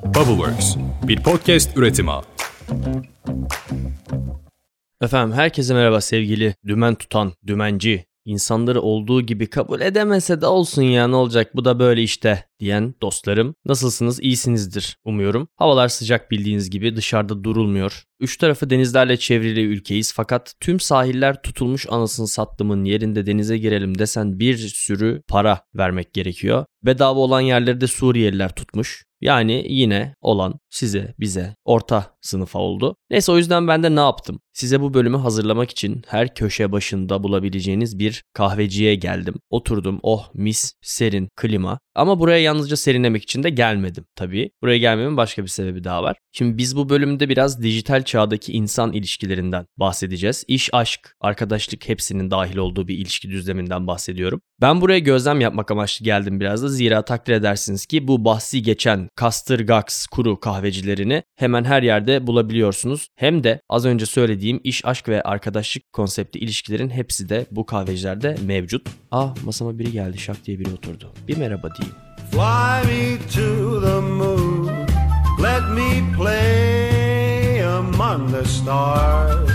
Bubbleworks, bir podcast üretimi. Efendim herkese merhaba sevgili dümen tutan dümenci, insanları olduğu gibi kabul edemese de olsun ya ne olacak bu da böyle işte diyen dostlarım. Nasılsınız? İyisinizdir umuyorum. Havalar sıcak bildiğiniz gibi dışarıda durulmuyor. Üç tarafı denizlerle çevrili ülkeyiz fakat tüm sahiller tutulmuş anasını sattığımın yerinde denize girelim desen bir sürü para vermek gerekiyor. Bedava olan yerleri de Suriyeliler tutmuş. Yani yine olan size, bize, orta sınıfa oldu. Neyse o yüzden ben de ne yaptım? Size bu bölümü hazırlamak için her köşe başında bulabileceğiniz bir kahveciye geldim. Oturdum, oh mis, serin, klima. Ama buraya yalnızca serinlemek için de gelmedim tabii. Buraya gelmemin başka bir sebebi daha var. Şimdi biz bu bölümde biraz dijital çağdaki insan ilişkilerinden bahsedeceğiz. İş, aşk, arkadaşlık hepsinin dahil olduğu bir ilişki düzleminden bahsediyorum. Ben buraya gözlem yapmak amaçlı geldim biraz da. Zira takdir edersiniz ki bu bahsi geçen Kastırgaks kuru kahvecilerini hemen her yerde bulabiliyorsunuz. Hem de az önce söylediğim iş, aşk ve arkadaşlık konseptli ilişkilerin hepsi de bu kahvecilerde mevcut. Masama biri geldi, şak diye biri oturdu. Bir merhaba diyeyim. Fly me to the moon, let me play among the stars.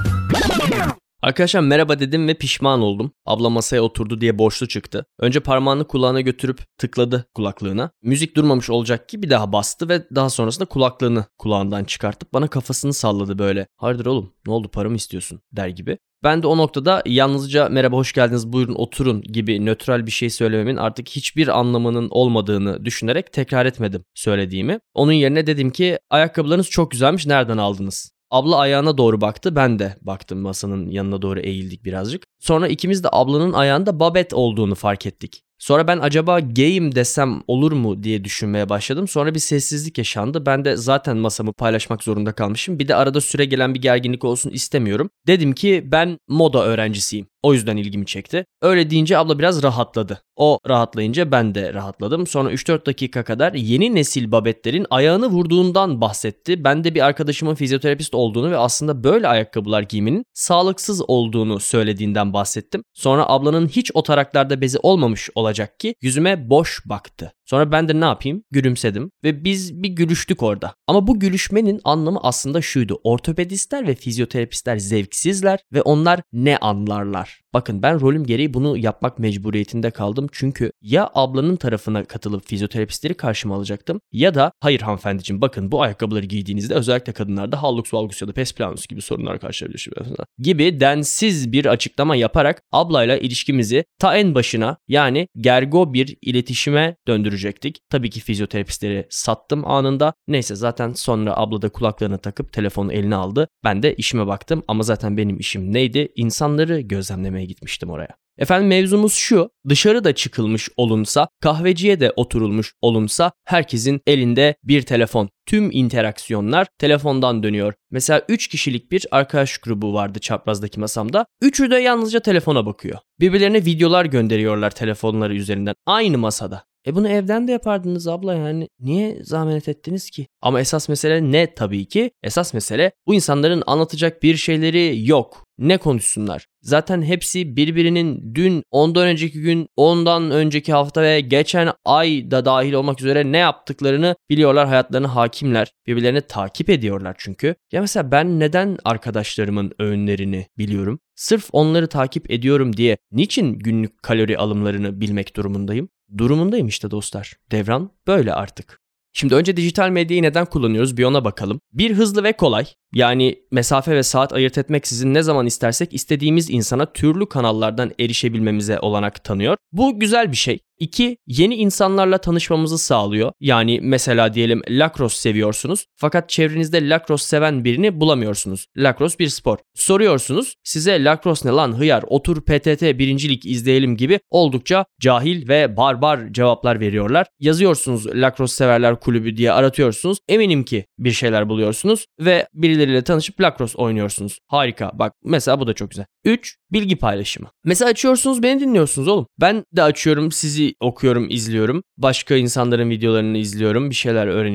Arkadaşlar merhaba dedim ve pişman oldum. Abla masaya oturdu diye borçlu çıktı. Önce parmağını kulağına götürüp tıkladı kulaklığına. Müzik durmamış olacak ki bir daha bastı ve daha sonrasında kulaklığını kulağından çıkartıp bana kafasını salladı böyle. Hayırdır oğlum, ne oldu, para mı istiyorsun der gibi. Ben de o noktada yalnızca merhaba hoş geldiniz buyurun oturun gibi nötral bir şey söylememin artık hiçbir anlamının olmadığını düşünerek tekrar etmedim söylediğimi. Onun yerine dedim ki ayakkabılarınız çok güzelmiş, nereden aldınız? Abla ayağına doğru baktı, ben de baktım, masanın yanına doğru eğildik birazcık. Sonra ikimiz de ablanın ayağında babet olduğunu fark ettik. Sonra ben acaba gayim desem olur mu diye düşünmeye başladım. Sonra bir sessizlik yaşandı. Ben de zaten masamı paylaşmak zorunda kalmışım. Bir de arada süre gelen bir gerginlik olsun istemiyorum. Dedim ki ben moda öğrencisiyim. O yüzden ilgimi çekti. Öyle deyince abla biraz rahatladı. O rahatlayınca ben de rahatladım. Sonra 3-4 dakika kadar yeni nesil babetlerin ayağını vurduğundan bahsetti. Ben de bir arkadaşımın fizyoterapist olduğunu ve aslında böyle ayakkabılar giyminin sağlıksız olduğunu söylediğinden bahsettim. Sonra ablanın hiç o taraklarda bezi olmamış olacak ki yüzüme boş baktı. Sonra ben de ne yapayım? Gülümsedim ve biz bir gülüştük orada. Ama bu gülüşmenin anlamı aslında şuydu. Ortopedistler ve fizyoterapistler zevksizler ve onlar ne anlarlar? Bakın ben rolüm gereği bunu yapmak mecburiyetinde kaldım. Çünkü ya ablanın tarafına katılıp fizyoterapistleri karşıma alacaktım ya da hayır hanımefendiciğim bakın bu ayakkabıları giydiğinizde özellikle kadınlarda hallux valgus ya da pes planus gibi sorunlar karşılaşabilirsiniz gibi densiz bir açıklama yaparak ablayla ilişkimizi ta en başına yani gergo bir iletişime döndürecektik. Tabii ki fizyoterapistleri sattım anında. Neyse zaten sonra abla da kulaklarını takıp telefonu eline aldı. Ben de işime baktım ama zaten benim işim neydi? İnsanları gözlemlemeye gitmiştim oraya. Efendim mevzumuz şu, dışarıda çıkılmış olunsa, kahveciye de oturulmuş olunsa herkesin elinde bir telefon. Tüm interaksiyonlar telefondan dönüyor. Mesela 3 kişilik bir arkadaş grubu vardı çaprazdaki masamda. Üçü de yalnızca telefona bakıyor. Birbirlerine videolar gönderiyorlar telefonları üzerinden aynı masada. Bunu evden de yapardınız abla yani. Niye zahmet ettiniz ki? Ama esas mesele ne tabii ki? Esas mesele bu insanların anlatacak bir şeyleri yok. Ne konuşsunlar? Zaten hepsi birbirinin dün, ondan önceki gün, ondan önceki hafta ve geçen ay da dahil olmak üzere ne yaptıklarını biliyorlar, hayatlarına hakimler. Birbirlerini takip ediyorlar çünkü. Ya mesela ben neden arkadaşlarımın öğünlerini biliyorum? Sırf onları takip ediyorum diye niçin günlük kalori alımlarını bilmek durumundayım? Durumundayım işte dostlar. Devran böyle artık. Şimdi önce dijital medyayı neden kullanıyoruz bir ona bakalım. Bir, hızlı ve kolay. Yani mesafe ve saat ayırt etmeksizin ne zaman istersek istediğimiz insana türlü kanallardan erişebilmemize olanak tanıyor. Bu güzel bir şey. 2. Yeni insanlarla tanışmamızı sağlıyor. Yani mesela diyelim lacrosse seviyorsunuz fakat çevrenizde lacrosse seven birini bulamıyorsunuz. Lacrosse bir spor. Soruyorsunuz, size lacrosse ne lan hıyar, otur PTT birincilik izleyelim gibi oldukça cahil ve barbar cevaplar veriyorlar. Yazıyorsunuz lacrosse severler kulübü diye aratıyorsunuz. Eminim ki bir şeyler buluyorsunuz ve birileriyle tanışıp lacrosse oynuyorsunuz. Harika. Bak mesela bu da çok güzel. 3. Bilgi paylaşımı. Mesela açıyorsunuz, beni dinliyorsunuz oğlum. Ben de açıyorum, sizi okuyorum, izliyorum. Başka insanların videolarını izliyorum, bir şeyler öğreniyorum falan.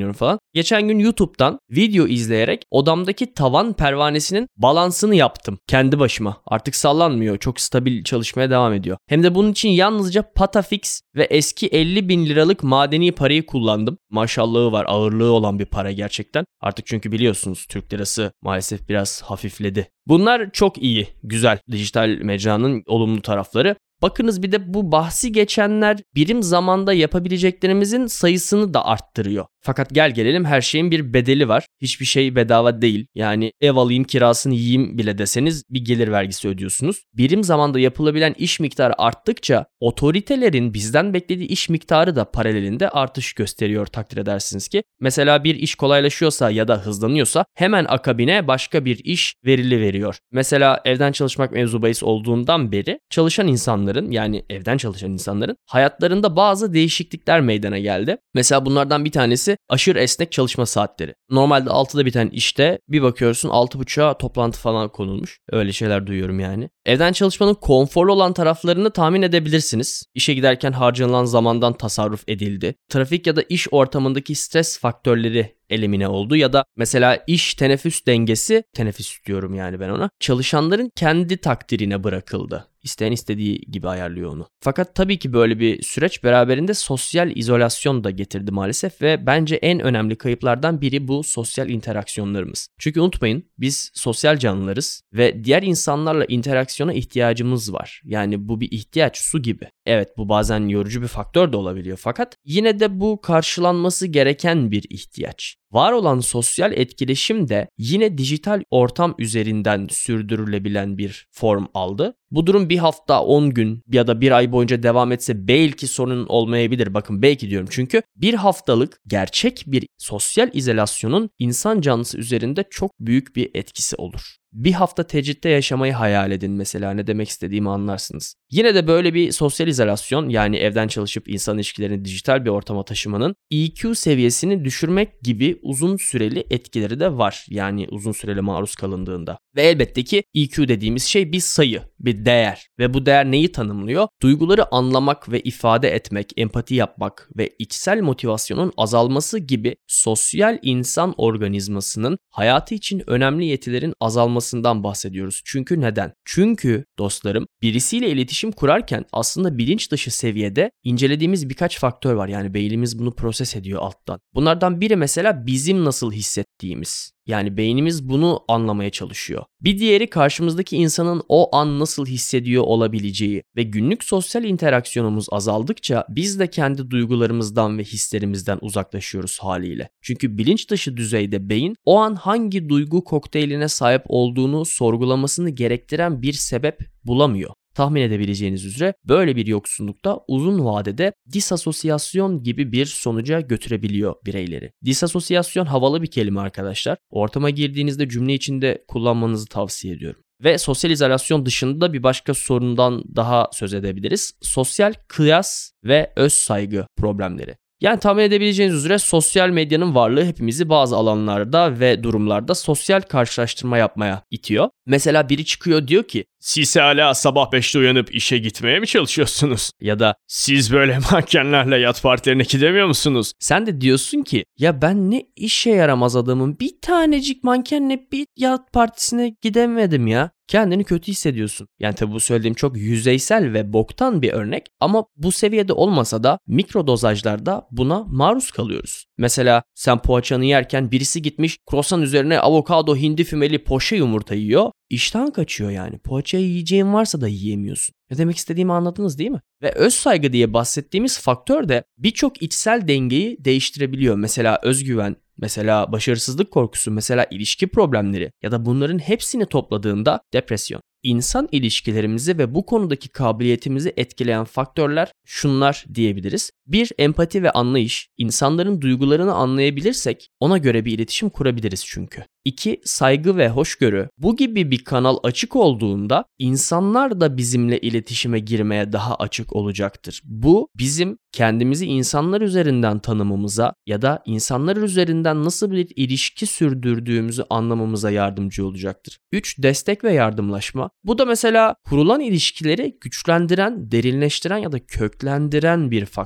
Geçen gün YouTube'dan video izleyerek odamdaki tavan pervanesinin balansını yaptım. Kendi başıma. Artık sallanmıyor. Çok stabil çalışmaya devam ediyor. Hem de bunun için yalnızca Patafix ve eski 50.000 liralık madeni parayı kullandım. Maşallahı var. Ağırlığı olan bir para gerçekten. Artık çünkü biliyorsunuz Türk lirası maalesef biraz hafifledi. Bunlar çok iyi, güzel. Dijital mecranın olumlu tarafları. Bakınız bir de bu bahsi geçenler birim zamanda yapabileceklerimizin sayısını da arttırıyor. Fakat gel gelelim her şeyin bir bedeli var. Hiçbir şey bedava değil. Yani ev alayım kirasını yiyeyim bile deseniz bir gelir vergisi ödüyorsunuz. Birim zamanda yapılabilen iş miktarı arttıkça otoritelerin bizden beklediği iş miktarı da paralelinde artış gösteriyor takdir edersiniz ki. Mesela bir iş kolaylaşıyorsa ya da hızlanıyorsa hemen akabine başka bir iş veriliyor. Mesela evden çalışmak mevzu bahis olduğundan beri çalışan insanların yani evden çalışan insanların hayatlarında bazı değişiklikler meydana geldi. Mesela bunlardan bir tanesi aşırı esnek çalışma saatleri. Normalde 6'da biten işte bir bakıyorsun 6.30'a toplantı falan konulmuş. Öyle şeyler duyuyorum yani. Evden çalışmanın konforlu olan taraflarını tahmin edebilirsiniz. İşe giderken harcanılan zamandan tasarruf edildi. Trafik ya da iş ortamındaki stres faktörleri elimine oldu ya da mesela iş teneffüs dengesi, teneffüs diyorum yani ben ona, çalışanların kendi takdirine bırakıldı. İsteyen istediği gibi ayarlıyor onu. Fakat tabii ki böyle bir süreç beraberinde sosyal izolasyon da getirdi maalesef ve bence en önemli kayıplardan biri bu sosyal interaksiyonlarımız. Çünkü unutmayın biz sosyal canlılarız ve diğer insanlarla interaksiyona ihtiyacımız var. Yani bu bir ihtiyaç, su gibi. Evet bu bazen yorucu bir faktör de olabiliyor fakat yine de bu karşılanması gereken bir ihtiyaç. Var olan sosyal etkileşim de yine dijital ortam üzerinden sürdürülebilen bir form aldı. Bu durum bir hafta, 10 gün ya da bir ay boyunca devam etse belki sorun olmayabilir. Bakın belki diyorum çünkü bir haftalık gerçek bir sosyal izolasyonun insan canlısı üzerinde çok büyük bir etkisi olur. Bir hafta tecritte yaşamayı hayal edin mesela, ne demek istediğimi anlarsınız. Yine de böyle bir sosyal izolasyon yani evden çalışıp insan ilişkilerini dijital bir ortama taşımanın EQ seviyesini düşürmek gibi uzun süreli etkileri de var. Yani uzun süreli maruz kalındığında. Ve elbette ki EQ dediğimiz şey bir sayı, bir değer ve bu değer neyi tanımlıyor? Duyguları anlamak ve ifade etmek, empati yapmak ve içsel motivasyonun azalması gibi sosyal insan organizmasının hayatı için önemli yetilerin azalmasından bahsediyoruz. Çünkü neden? Çünkü dostlarım birisiyle iletişim kurarken aslında bilinç dışı seviyede incelediğimiz birkaç faktör var. Yani beynimiz bunu proses ediyor alttan. Bunlardan biri mesela bizim nasıl hissettiğimiz. Yani beynimiz bunu anlamaya çalışıyor. Bir diğeri karşımızdaki insanın o an nasıl hissediyor olabileceği ve günlük sosyal interaksiyonumuz azaldıkça biz de kendi duygularımızdan ve hislerimizden uzaklaşıyoruz haliyle. Çünkü bilinç dışı düzeyde beyin o an hangi duygu kokteyline sahip olduğunu sorgulamasını gerektiren bir sebep bulamıyor. Tahmin edebileceğiniz üzere böyle bir yoksunlukta uzun vadede disasosyasyon gibi bir sonuca götürebiliyor bireyleri. Disasosyasyon havalı bir kelime arkadaşlar. Ortama girdiğinizde cümle içinde kullanmanızı tavsiye ediyorum. Ve sosyal izolasyon dışında bir başka sorundan daha söz edebiliriz. Sosyal kıyas ve öz saygı problemleri. Yani tahmin edebileceğiniz üzere sosyal medyanın varlığı hepimizi bazı alanlarda ve durumlarda sosyal karşılaştırma yapmaya itiyor. Mesela biri çıkıyor diyor ki siz hala sabah 5'te uyanıp işe gitmeye mi çalışıyorsunuz? Ya da siz böyle mankenlerle yat partilerine gidemiyor musunuz? Sen de diyorsun ki ya ben ne işe yaramaz adamım, bir tanecik mankenle bir yat partisine gidemedim ya. Kendini kötü hissediyorsun. Yani tabi bu söylediğim çok yüzeysel ve boktan bir örnek ama bu seviyede olmasa da mikro dozajlarda buna maruz kalıyoruz. Mesela sen poğaçanı yerken birisi gitmiş croissant üzerine avokado hindi fümeli poşe yumurta yiyor. İştahın kaçıyor yani. Poğaçayı yiyeceğin varsa da yiyemiyorsun. Ne demek istediğimi anladınız değil mi? Ve öz saygı diye bahsettiğimiz faktör de birçok içsel dengeyi değiştirebiliyor. Mesela özgüven, mesela başarısızlık korkusu, mesela ilişki problemleri ya da bunların hepsini topladığında depresyon. İnsan ilişkilerimizi ve bu konudaki kabiliyetimizi etkileyen faktörler şunlar diyebiliriz. 1. Empati ve anlayış. İnsanların duygularını anlayabilirsek ona göre bir iletişim kurabiliriz çünkü. 2. Saygı ve hoşgörü. Bu gibi bir kanal açık olduğunda insanlar da bizimle iletişime girmeye daha açık olacaktır. Bu bizim kendimizi insanlar üzerinden tanımamıza ya da insanlar üzerinden nasıl bir ilişki sürdürdüğümüzü anlamamıza yardımcı olacaktır. 3. Destek ve yardımlaşma. Bu da mesela kurulan ilişkileri güçlendiren, derinleştiren ya da köklendiren bir faktör.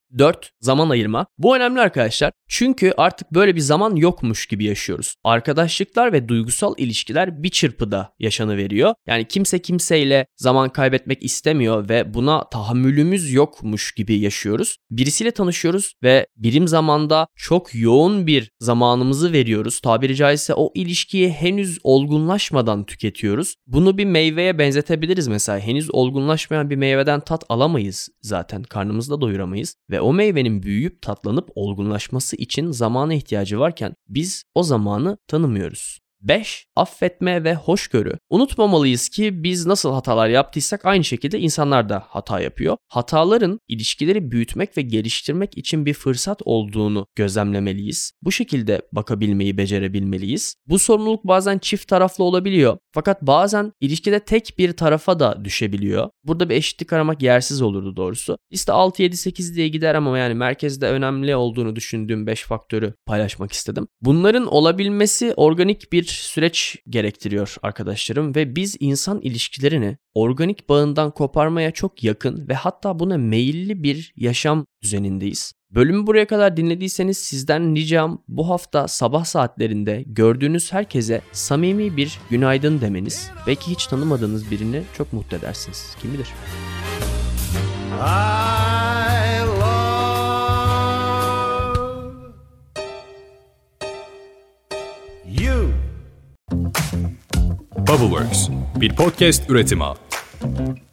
4. Zaman ayırma. Bu önemli arkadaşlar. Çünkü artık böyle bir zaman yokmuş gibi yaşıyoruz. Arkadaşlıklar ve duygusal ilişkiler bir çırpıda yaşanıveriyor. Yani kimse kimseyle zaman kaybetmek istemiyor ve buna tahammülümüz yokmuş gibi yaşıyoruz. Birisiyle tanışıyoruz ve birim zamanda çok yoğun bir zamanımızı veriyoruz. Tabiri caizse o ilişkiyi henüz olgunlaşmadan tüketiyoruz. Bunu bir meyveye benzetebiliriz mesela. Henüz olgunlaşmayan bir meyveden tat alamayız zaten. Karnımızı da doyuramayız. Ve o meyvenin büyüyüp tatlanıp olgunlaşması için zamana ihtiyacı varken biz o zamanı tanımıyoruz. 5. Affetme ve hoşgörü. Unutmamalıyız ki biz nasıl hatalar yaptıysak aynı şekilde insanlar da hata yapıyor. Hataların ilişkileri büyütmek ve geliştirmek için bir fırsat olduğunu gözlemlemeliyiz. Bu şekilde bakabilmeyi becerebilmeliyiz. Bu sorumluluk bazen çift taraflı olabiliyor. Fakat bazen ilişkide tek bir tarafa da düşebiliyor. Burada bir eşitlik aramak yersiz olurdu doğrusu. Liste 6, 7, 8 diye gider ama yani merkezde önemli olduğunu düşündüğüm 5 faktörü paylaşmak istedim. Bunların olabilmesi organik bir süreç gerektiriyor arkadaşlarım ve biz insan ilişkilerini organik bağından koparmaya çok yakın ve hatta buna meyilli bir yaşam düzenindeyiz. Bölümü buraya kadar dinlediyseniz sizden ricam bu hafta sabah saatlerinde gördüğünüz herkese samimi bir günaydın demeniz. Belki hiç tanımadığınız birini çok mutlu edersiniz. Kim bilir? I love you. Bubbleworks, bir podcast üretimi.